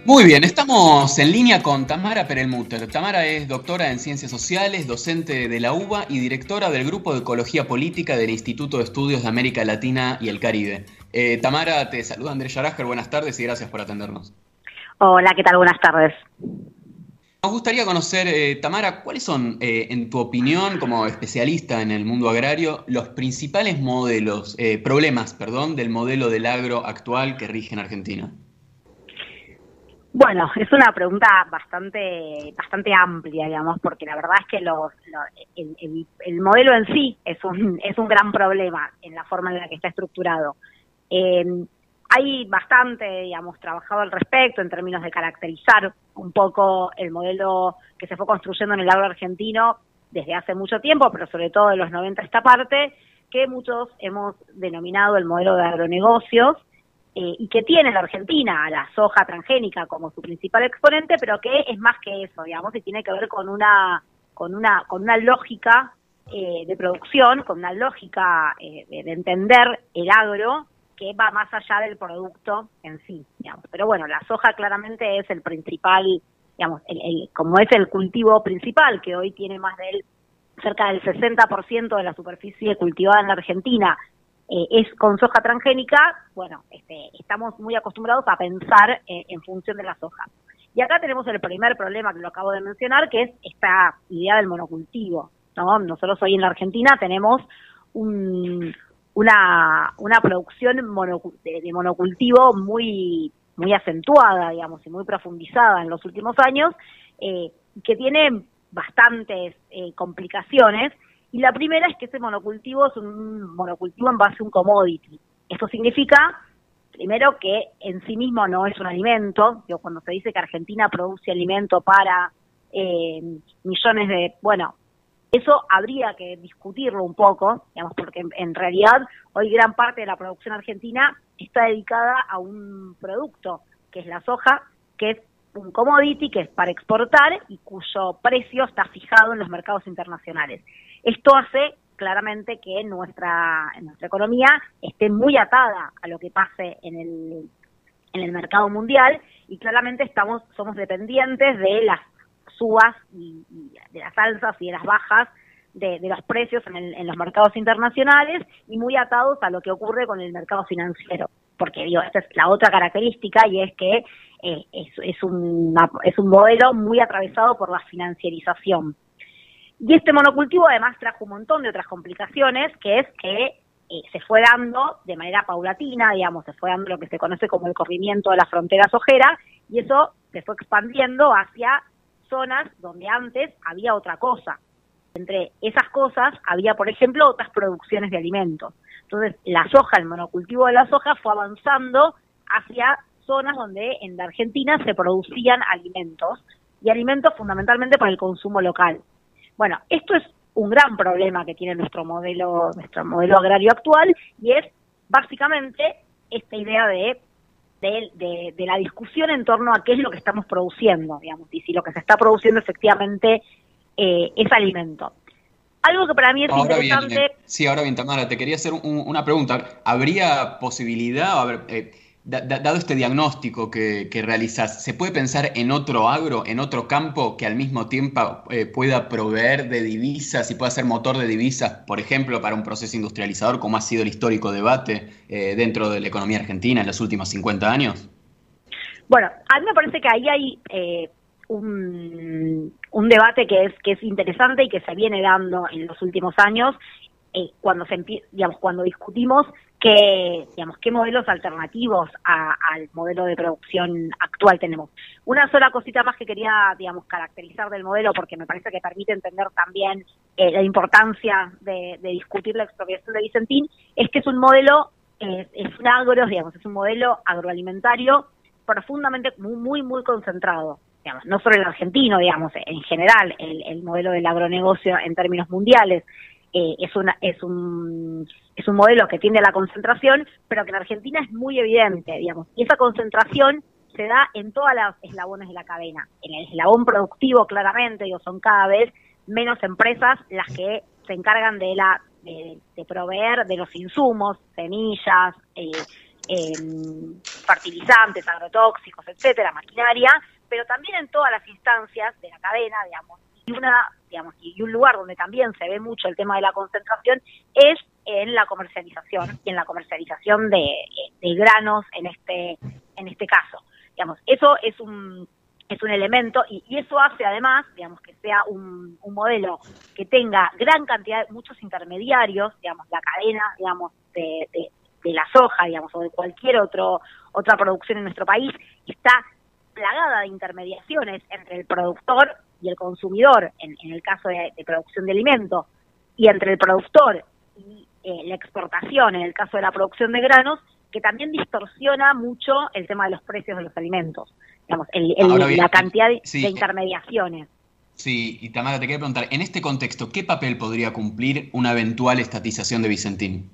Muy bien, estamos en línea con Tamara Perelmutter. Tamara es doctora en Ciencias Sociales, docente de la UBA y directora del Grupo de Ecología Política del Instituto de Estudios de América Latina y el Caribe. Tamara, te saluda Andrés Yarajer, buenas tardes y gracias por atendernos. Hola, ¿qué tal? Buenas tardes. Nos gustaría conocer, Tamara, ¿cuáles son, en tu opinión, como especialista en el mundo agrario, los principales problemas, del modelo del agro actual que rige en Argentina? Bueno, es una pregunta bastante amplia, digamos, porque la verdad es que el modelo en sí es un gran problema en la forma en la que está estructurado. Hay bastante, digamos, trabajado al respecto en términos de caracterizar un poco el modelo que se fue construyendo en el agro argentino desde hace mucho tiempo, pero sobre todo de los 90 a esta parte, que muchos hemos denominado el modelo de agronegocios, y que tiene la Argentina a la soja transgénica como su principal exponente, pero que es más que eso, digamos, y tiene que ver con una lógica de producción, con una lógica de entender el agro que va más allá del producto en sí, digamos. Pero bueno, la soja claramente es el principal, digamos, como es el cultivo principal, que hoy tiene cerca del 60% de la superficie cultivada en la Argentina, es con soja transgénica. Bueno, estamos muy acostumbrados a pensar en función de la soja. Y acá tenemos el primer problema que lo acabo de mencionar, que es esta idea del monocultivo, ¿no? Nosotros hoy en la Argentina tenemos una producción de monocultivo muy acentuada, digamos, y muy profundizada en los últimos años, que tiene bastantes complicaciones. Y la primera es que ese monocultivo es un monocultivo en base a un commodity. Esto significa, primero, que en sí mismo no es un alimento. Cuando se dice que Argentina produce alimento para millones de... Bueno, eso habría que discutirlo un poco, digamos, porque en realidad hoy gran parte de la producción argentina está dedicada a un producto, que es la soja, que es un commodity, que es para exportar y cuyo precio está fijado en los mercados internacionales. Esto hace claramente que nuestra economía esté muy atada a lo que pase en el mercado mundial, y claramente somos dependientes de las subas y de las alzas y de las bajas de los precios en los mercados internacionales, y muy atados a lo que ocurre con el mercado financiero. Porque esta es la otra característica, y es que es un modelo muy atravesado por la financiarización. Y este monocultivo además trajo un montón de otras complicaciones, que es que se fue dando de manera paulatina, digamos, se fue dando lo que se conoce como el corrimiento de la frontera sojera, y eso se fue expandiendo hacia zonas donde antes había otra cosa. Entre esas cosas había, por ejemplo, otras producciones de alimentos. Entonces, la soja, el monocultivo de la soja fue avanzando hacia zonas donde en la Argentina se producían alimentos, y alimentos fundamentalmente para el consumo local. Bueno, esto es un gran problema que tiene nuestro modelo agrario actual, y es básicamente esta idea de la discusión en torno a qué es lo que estamos produciendo, digamos, y si lo que se está produciendo efectivamente es alimento. Algo que para mí es interesante... Ahora bien, Tamara, te quería hacer una pregunta. ¿Habría posibilidad, dado este diagnóstico que realizás, se puede pensar en otro agro, en otro campo que al mismo tiempo pueda proveer de divisas y pueda ser motor de divisas, por ejemplo, para un proceso industrializador, como ha sido el histórico debate dentro de la economía argentina en los últimos 50 años? Bueno, a mí me parece que ahí hay un debate que es interesante y que se viene dando en los últimos años, cuando discutimos qué modelos alternativos al modelo de producción actual tenemos. Una sola cosita más que quería, caracterizar del modelo, porque me parece que permite entender también la importancia de discutir la expropiación de Vicentín, es que es un modelo, es un modelo agroalimentario profundamente muy concentrado, no solo el argentino, en general, el modelo del agronegocio en términos mundiales. Es un modelo que tiende a la concentración, pero que en Argentina es muy evidente, y esa concentración se da en todos los eslabones de la cadena. En el eslabón productivo, claramente, son cada vez menos empresas las que se encargan de proveer de los insumos, semillas, fertilizantes, agrotóxicos, etcétera, maquinaria, pero también en todas las instancias de la cadena, digamos, y un lugar donde también se ve mucho el tema de la concentración es en la comercialización y en la comercialización de granos en este caso. Digamos, eso es un elemento y eso hace además, digamos, que sea un modelo que tenga gran cantidad, muchos intermediarios, digamos, la cadena, digamos, de la soja, digamos, o de cualquier otra producción en nuestro país, está plagada de intermediaciones entre el productor y el consumidor, en el caso de producción de alimentos, y entre el productor y la exportación, en el caso de la producción de granos, que también distorsiona mucho el tema de los precios de los alimentos, digamos, la cantidad de intermediaciones. Sí, y Tamara, te quería preguntar, en este contexto, ¿qué papel podría cumplir una eventual estatización de Vicentín?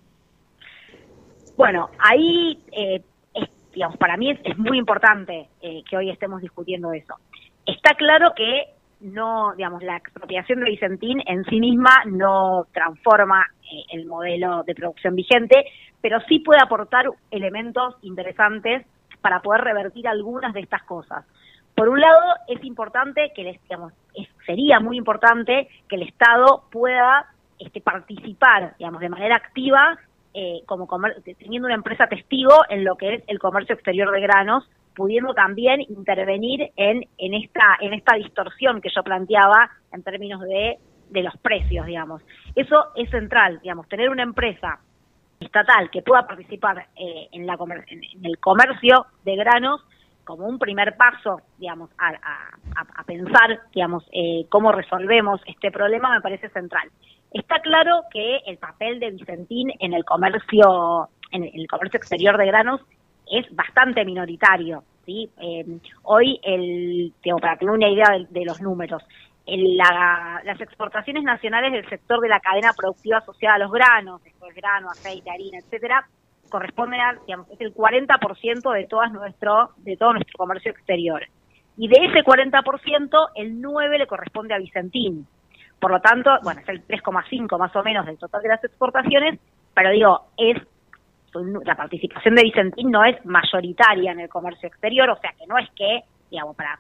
Bueno, ahí, digamos, para mí es muy importante que hoy estemos discutiendo eso. Está claro que no, digamos, la expropiación de Vicentín en sí misma no transforma el modelo de producción vigente, pero sí puede aportar elementos interesantes para poder revertir algunas de estas cosas. Por un lado, es importante que, sería muy importante que el Estado pueda participar, digamos, de manera activa, teniendo una empresa testigo en lo que es el comercio exterior de granos, pudiendo también intervenir en esta distorsión que yo planteaba en términos de los precios, digamos. Eso es central, digamos, tener una empresa estatal que pueda participar en el comercio de granos como un primer paso, digamos, a pensar, digamos, cómo resolvemos este problema, me parece central. Está claro que el papel de Vicentín en el comercio exterior de granos es bastante minoritario, ¿sí? Hoy, para tener una idea de los números, las exportaciones nacionales del sector de la cadena productiva asociada a los granos, después grano, aceite, harina, etcétera, corresponden es el 40% de todo nuestro comercio exterior. Y de ese 40%, el 9% le corresponde a Vicentín. Por lo tanto, bueno, es el 3,5 más o menos del total de las exportaciones, pero digo, la participación de Vicentín no es mayoritaria en el comercio exterior, o sea que no es que, digamos, para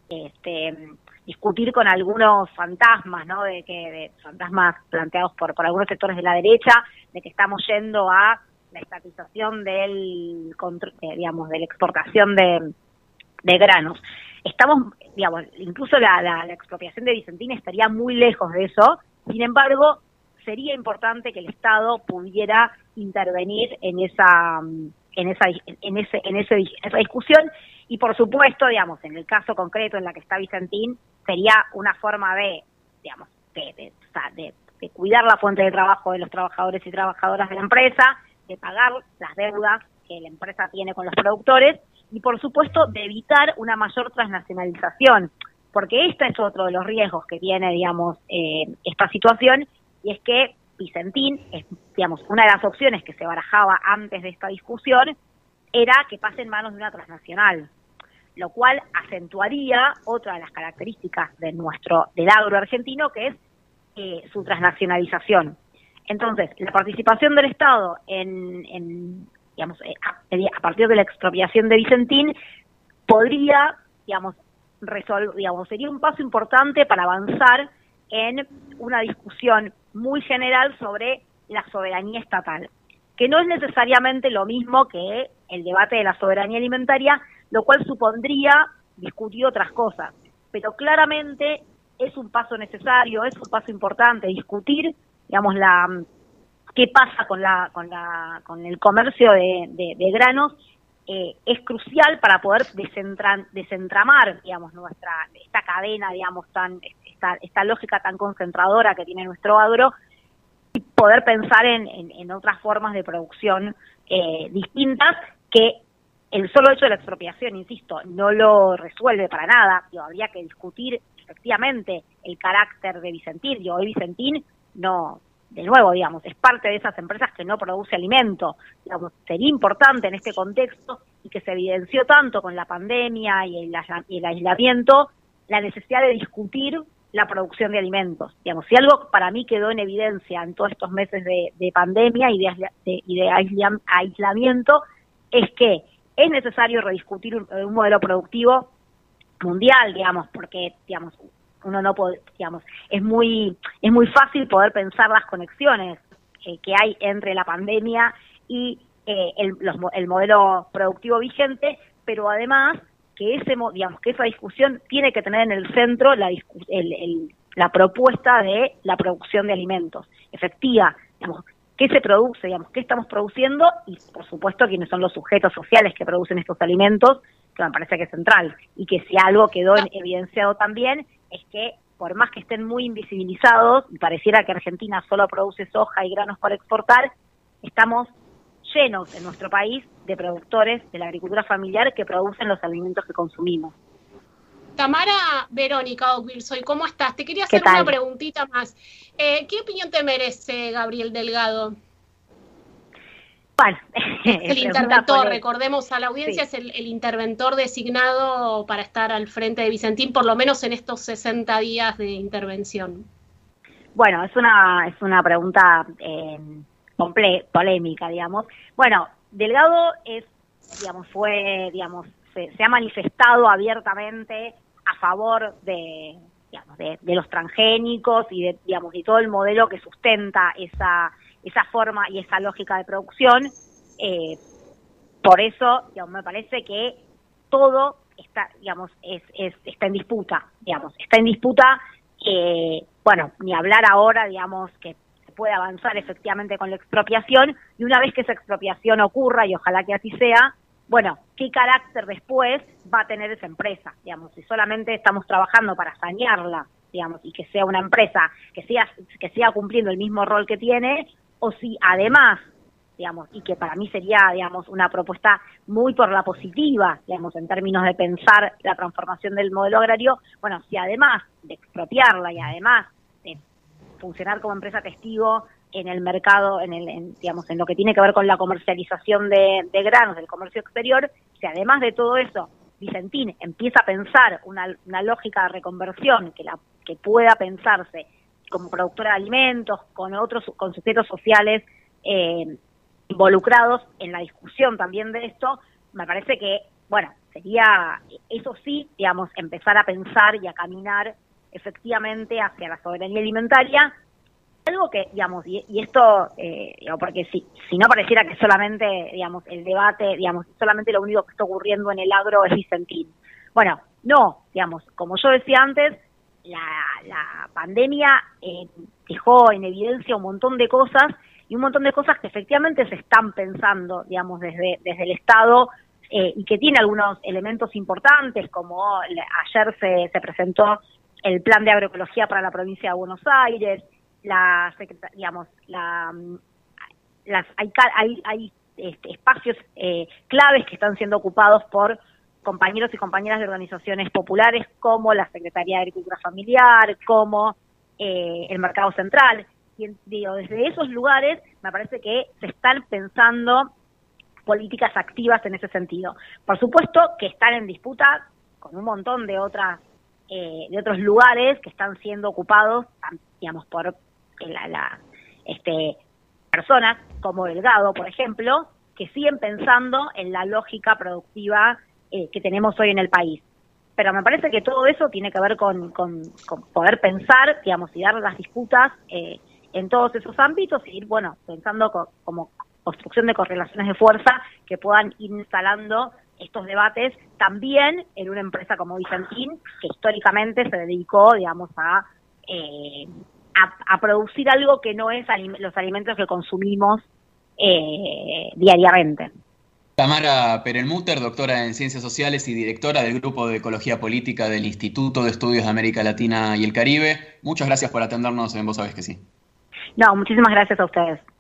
discutir con algunos fantasmas, ¿no? De fantasmas planteados por algunos sectores de la derecha, de que estamos yendo a la estatización de la exportación de granos. Estamos, digamos, incluso la expropiación de Vicentín estaría muy lejos de eso. Sin embargo, sería importante que el Estado pudiera intervenir en esa discusión, y por supuesto, digamos, en el caso concreto en la que está Vicentín, sería una forma de cuidar la fuente de trabajo de los trabajadores y trabajadoras de la empresa, de pagar las deudas que la empresa tiene con los productores, y por supuesto de evitar una mayor transnacionalización, porque este es otro de los riesgos que tiene, digamos, esta situación, y es que Vicentín, digamos, una de las opciones que se barajaba antes de esta discusión era que pase en manos de una transnacional, lo cual acentuaría otra de las características del agro argentino, que es su transnacionalización. Entonces, la participación del Estado a partir de la expropiación de Vicentín podría, sería un paso importante para avanzar en una discusión muy general sobre la soberanía estatal, que no es necesariamente lo mismo que el debate de la soberanía alimentaria, lo cual supondría discutir otras cosas, pero claramente es un paso necesario, es un paso importante discutir, digamos, qué pasa con el comercio de granos. Es crucial para poder desentramar, digamos, esta cadena, digamos, esta lógica tan concentradora que tiene nuestro agro, y poder pensar en otras formas de producción distintas, que el solo hecho de la expropiación, insisto, no lo resuelve para nada. Habría que discutir efectivamente el carácter de Vicentín. Hoy Vicentín no, de nuevo, digamos, es parte de esas empresas que no produce alimento. Digamos, sería importante en este contexto, y que se evidenció tanto con la pandemia y el aislamiento, la necesidad de discutir la producción de alimentos. Digamos, si algo para mí quedó en evidencia en todos estos meses de pandemia y de aislamiento, es que es necesario rediscutir un modelo productivo mundial, digamos, porque, digamos, uno no puede, digamos, es muy fácil poder pensar las conexiones que hay entre la pandemia y el modelo productivo vigente, pero además que que esa discusión tiene que tener en el centro la propuesta de la producción de alimentos efectiva, digamos, qué se produce, digamos, qué estamos produciendo y, por supuesto, quiénes son los sujetos sociales que producen estos alimentos, que me parece que es central. Y que si algo quedó evidenciado también es que, por más que estén muy invisibilizados, y pareciera que Argentina solo produce soja y granos para exportar, estamos llenos en nuestro país de productores de la agricultura familiar que producen los alimentos que consumimos. Tamara Verónica Oquilsoy, ¿cómo estás? Te quería hacer una preguntita más. ¿Qué opinión te merece Gabriel Delgado? Bueno, es el interventor, recordemos a la audiencia, sí. Es el interventor designado para estar al frente de Vicentín, por lo menos en estos 60 días de intervención. Bueno, es una pregunta polémica, digamos. Bueno, Delgado se ha manifestado abiertamente a favor de los transgénicos y de todo el modelo que sustenta esa forma y esa lógica de producción. Por eso, me parece que todo está, está en disputa, está en disputa, ni hablar ahora, que se puede avanzar efectivamente con la expropiación, y una vez que esa expropiación ocurra, y ojalá que así sea, ¿qué carácter después va a tener esa empresa? Si solamente estamos trabajando para sanearla, y que sea una empresa que siga cumpliendo el mismo rol que tiene, o si además, y que para mí sería, una propuesta muy por la positiva, en términos de pensar la transformación del modelo agrario, si además de expropiarla y además de funcionar como empresa testigo en el mercado, en lo que tiene que ver con la comercialización de granos, del comercio exterior, si además de todo eso Vicentín empieza a pensar una lógica de reconversión que pueda pensarse como productora de alimentos, con sujetos sociales involucrados en la discusión también de esto, me parece que, sería, eso sí, empezar a pensar y a caminar efectivamente hacia la soberanía alimentaria. Algo que, y esto, porque si no pareciera que solamente, el debate, solamente lo único que está ocurriendo en el agro es Vicentín. Bueno, no, como yo decía antes, la pandemia dejó en evidencia un montón de cosas, y un montón de cosas que efectivamente se están pensando, desde el Estado, y que tiene algunos elementos importantes, como ayer se presentó el Plan de Agroecología para la provincia de Buenos Aires, hay espacios claves que están siendo ocupados por compañeros y compañeras de organizaciones populares, como la Secretaría de Agricultura Familiar, como el Mercado Central. Y desde esos lugares me parece que se están pensando políticas activas en ese sentido. Por supuesto que están en disputa con un montón de otros lugares que están siendo ocupados, por personas como Delgado, por ejemplo, que siguen pensando en la lógica productiva que tenemos hoy en el país. Pero me parece que todo eso tiene que ver con poder pensar, y dar las disputas en todos esos ámbitos, y ir, pensando como construcción de correlaciones de fuerza que puedan ir instalando estos debates también en una empresa como Vicentín, que históricamente se dedicó, a producir algo que no es los alimentos que consumimos diariamente. Tamara Perelmutter, doctora en Ciencias Sociales y directora del Grupo de Ecología Política del Instituto de Estudios de América Latina y el Caribe. Muchas gracias por atendernos en Vos Sabés que Sí. No, muchísimas gracias a ustedes.